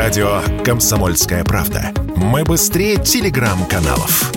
Радио «Комсомольская правда». Мы быстрее телеграм-каналов.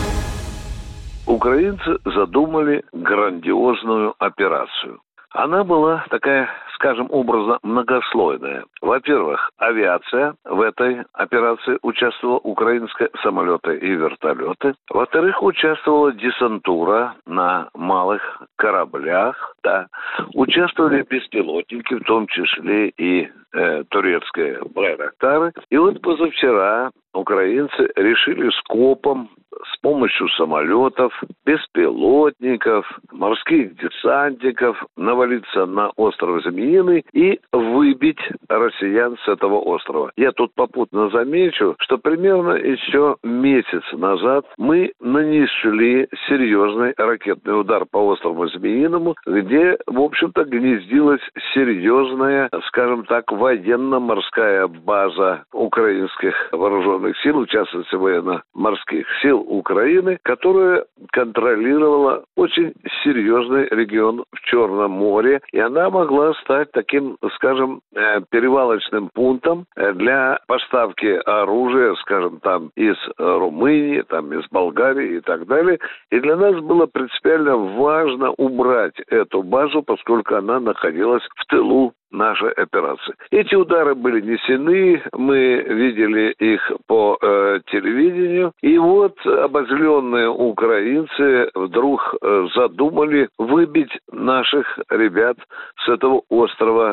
Украинцы задумали грандиозную операцию. Она была такая, скажем образно, многослойная. Во-первых, авиация. В этой операции участвовала украинские самолеты и вертолеты. Во-вторых, участвовала десантура на малых кораблях. Да. Участвовали беспилотники, в том числе и турецкие байрактары. И вот позавчера украинцы решили скопом с помощью самолетов, беспилотников, морских десантников навалиться на остров Змеиный и выбить россиян с этого острова. Я тут попутно замечу, что примерно еще месяц назад мы нанесли серьезный ракетный удар по острову Змеиному, где, в общем-то, гнездилась серьезная, скажем так, военно-морская база украинских вооруженных сил, в частности, военно-морских сил Украины, которая контролировала очень серьезный регион в Черном море, и она могла стать таким, скажем, перевалочным пунктом для поставки оружия, скажем, там из Румынии, там из Болгарии и так далее. И для нас было принципиально важно убрать эту базу, поскольку она находилась в тылу нашей операции. Эти удары были несены, мы видели их по телевидению, и вот обозленные украинцы вдруг задумали выбить наших ребят с этого острова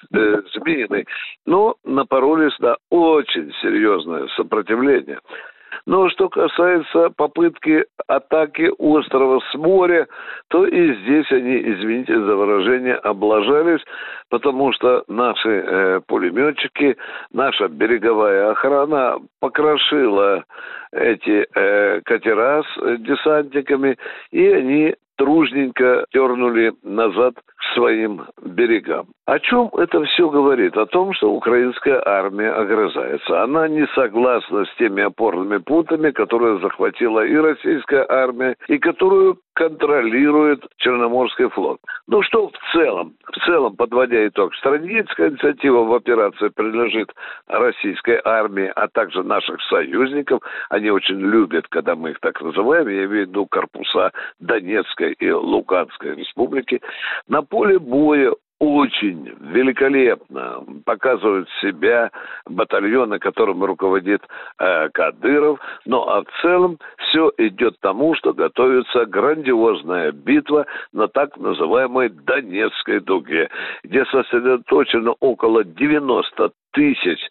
Змеиный, но напоролись на очень серьезное сопротивление. Но что касается попытки атаки острова с моря, то и здесь они, извините за выражение, облажались, потому что наши пулеметчики, наша береговая охрана покрошила эти катера с десантниками, и они дружненько дернули назад к своим берегам. О чем это все говорит? О том, что украинская армия огрызается. Она не согласна с теми опорными пунктами, которые захватила и российская армия, и которую контролирует Черноморский флот. Ну что в целом, подводя итог, стратегическая инициатива в операции принадлежит российской армии, а также наших союзников. Они очень любят, когда мы их так называем, я имею в виду корпуса Донецкой и Луганской республики. На поле боя очень великолепно показывают себя батальоны, которым руководит Кадыров. Ну, а в целом все идет к тому, что готовится грандиозная битва на так называемой Донецкой дуге, где сосредоточено около 90 тысяч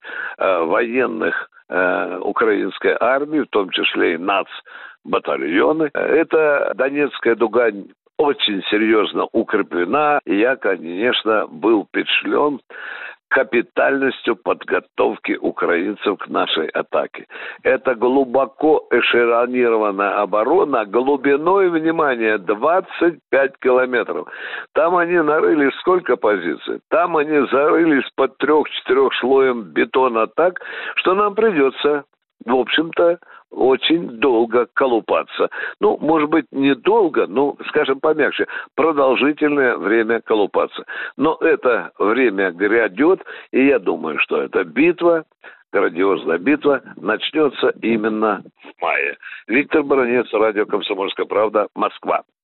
военных украинской армии, в том числе и нацбатальоны. Эта Донецкая дуга очень серьезно укреплена, и я, конечно, был впечатлен капитальностью подготовки украинцев к нашей атаке. Это глубоко эшелонированная оборона глубиной, внимание, 25 километров. Там они нарыли сколько позиций? Там они зарылись под 3-4 слоем бетона так, что нам придется, в общем-то, очень долго колупаться. Ну, может быть, недолго, но, скажем, помягче, продолжительное время колупаться. Но это время грядет, и я думаю, что эта битва, грандиозная битва, начнется именно в мае. Виктор Баранец, радио «Комсомольская правда», Москва.